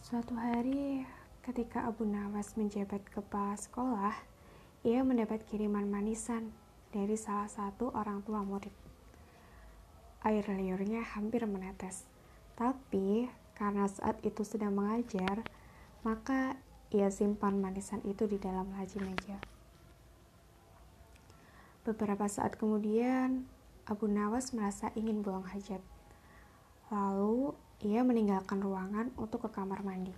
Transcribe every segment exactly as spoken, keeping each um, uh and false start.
Suatu hari, ketika Abu Nawas menjabat kepala sekolah, ia mendapat kiriman manisan dari salah satu orang tua murid. Air liurnya hampir menetes, tapi karena saat itu sedang mengajar, maka ia simpan manisan itu di dalam laci meja. Beberapa saat kemudian, Abu Nawas merasa ingin buang hajat. Lalu, ia meninggalkan ruangan untuk ke kamar mandi.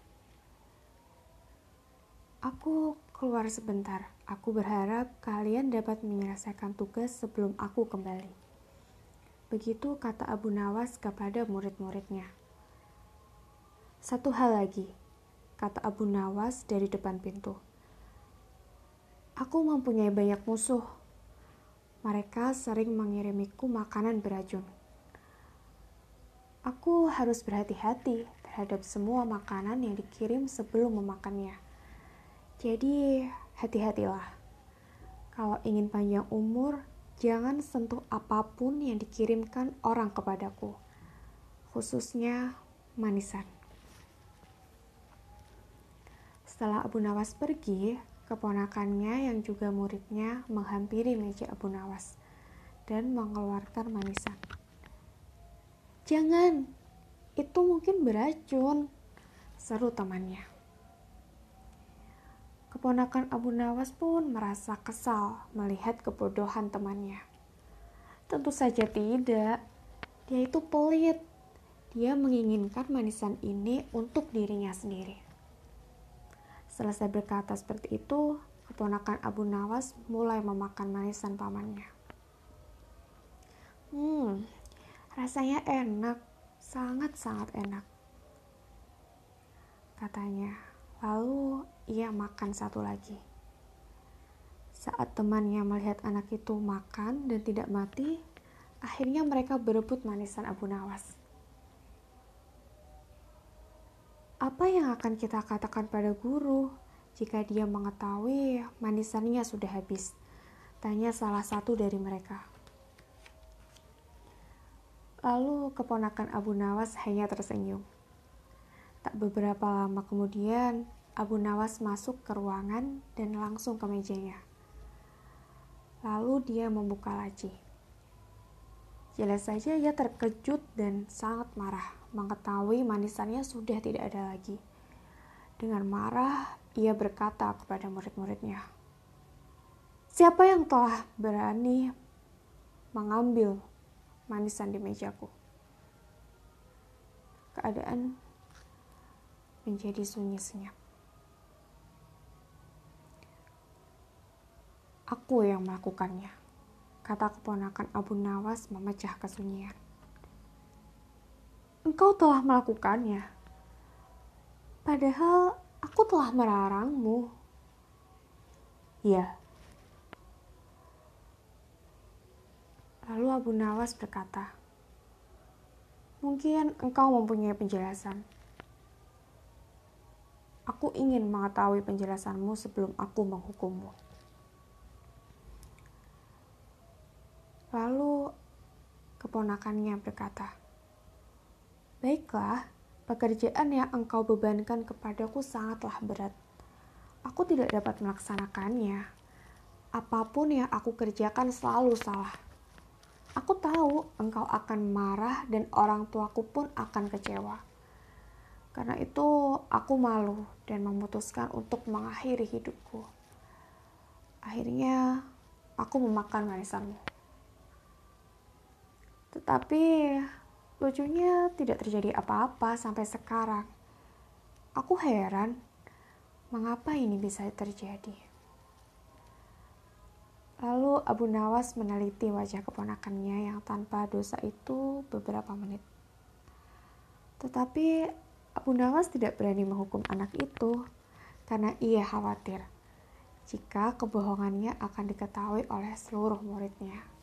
Aku keluar sebentar. Aku berharap kalian dapat menyelesaikan tugas sebelum aku kembali. Begitu kata Abu Nawas kepada murid-muridnya. Satu hal lagi, kata Abu Nawas dari depan pintu. Aku mempunyai banyak musuh. Mereka sering mengirimiku makanan beracun. Aku harus berhati-hati terhadap semua makanan yang dikirim sebelum memakannya. Jadi, hati-hatilah. Kalau ingin panjang umur, jangan sentuh apapun yang dikirimkan orang kepadaku, khususnya manisan. Setelah Abu Nawas pergi, keponakannya yang juga muridnya menghampiri meja Abu Nawas dan mengeluarkan manisan. Jangan, itu mungkin beracun, seru temannya. Keponakan Abu Nawas pun merasa kesal melihat kebodohan temannya. Tentu saja tidak, dia itu pelit. Dia menginginkan manisan ini untuk dirinya sendiri. Selesai berkata seperti itu, keponakan Abu Nawas mulai memakan manisan pamannya. Hmm, rasanya enak, sangat-sangat enak, katanya. Lalu ia makan satu lagi. Saat temannya melihat anak itu makan dan tidak mati, akhirnya mereka berebut manisan Abu Nawas. Apa yang akan kita katakan pada guru jika dia mengetahui manisannya sudah habis? Tanya salah satu dari mereka. Lalu keponakan Abu Nawas hanya tersenyum. Tak beberapa lama kemudian, Abu Nawas masuk ke ruangan dan langsung ke mejanya. Lalu dia membuka laci. Jelas saja ia terkejut dan sangat marah mengetahui manisannya sudah tidak ada lagi. Dengan marah, ia berkata kepada murid-muridnya, "Siapa yang telah berani mengambil manisan di mejaku?" Keadaan menjadi sunyi senyap. Aku yang melakukannya, kata keponakan Abu Nawas memecah kesunyian. Engkau telah melakukannya, padahal aku telah melarangmu. Ya. Lalu Abu Nawas berkata, mungkin engkau mempunyai penjelasan. Aku ingin mengetahui penjelasanmu sebelum aku menghukummu. Lalu keponakannya berkata, baiklah, pekerjaan yang engkau bebankan kepadaku sangatlah berat. Aku tidak dapat melaksanakannya. Apapun yang aku kerjakan selalu salah. Aku tahu engkau akan marah dan orang tuaku pun akan kecewa. Karena itu aku malu dan memutuskan untuk mengakhiri hidupku. Akhirnya aku memakan manisanmu. Tetapi lucunya tidak terjadi apa-apa sampai sekarang. Aku heran, mengapa ini bisa terjadi? Lalu Abu Nawas meneliti wajah keponakannya yang tanpa dosa itu beberapa menit. Tetapi Abu Nawas tidak berani menghukum anak itu karena ia khawatir jika kebohongannya akan diketahui oleh seluruh muridnya.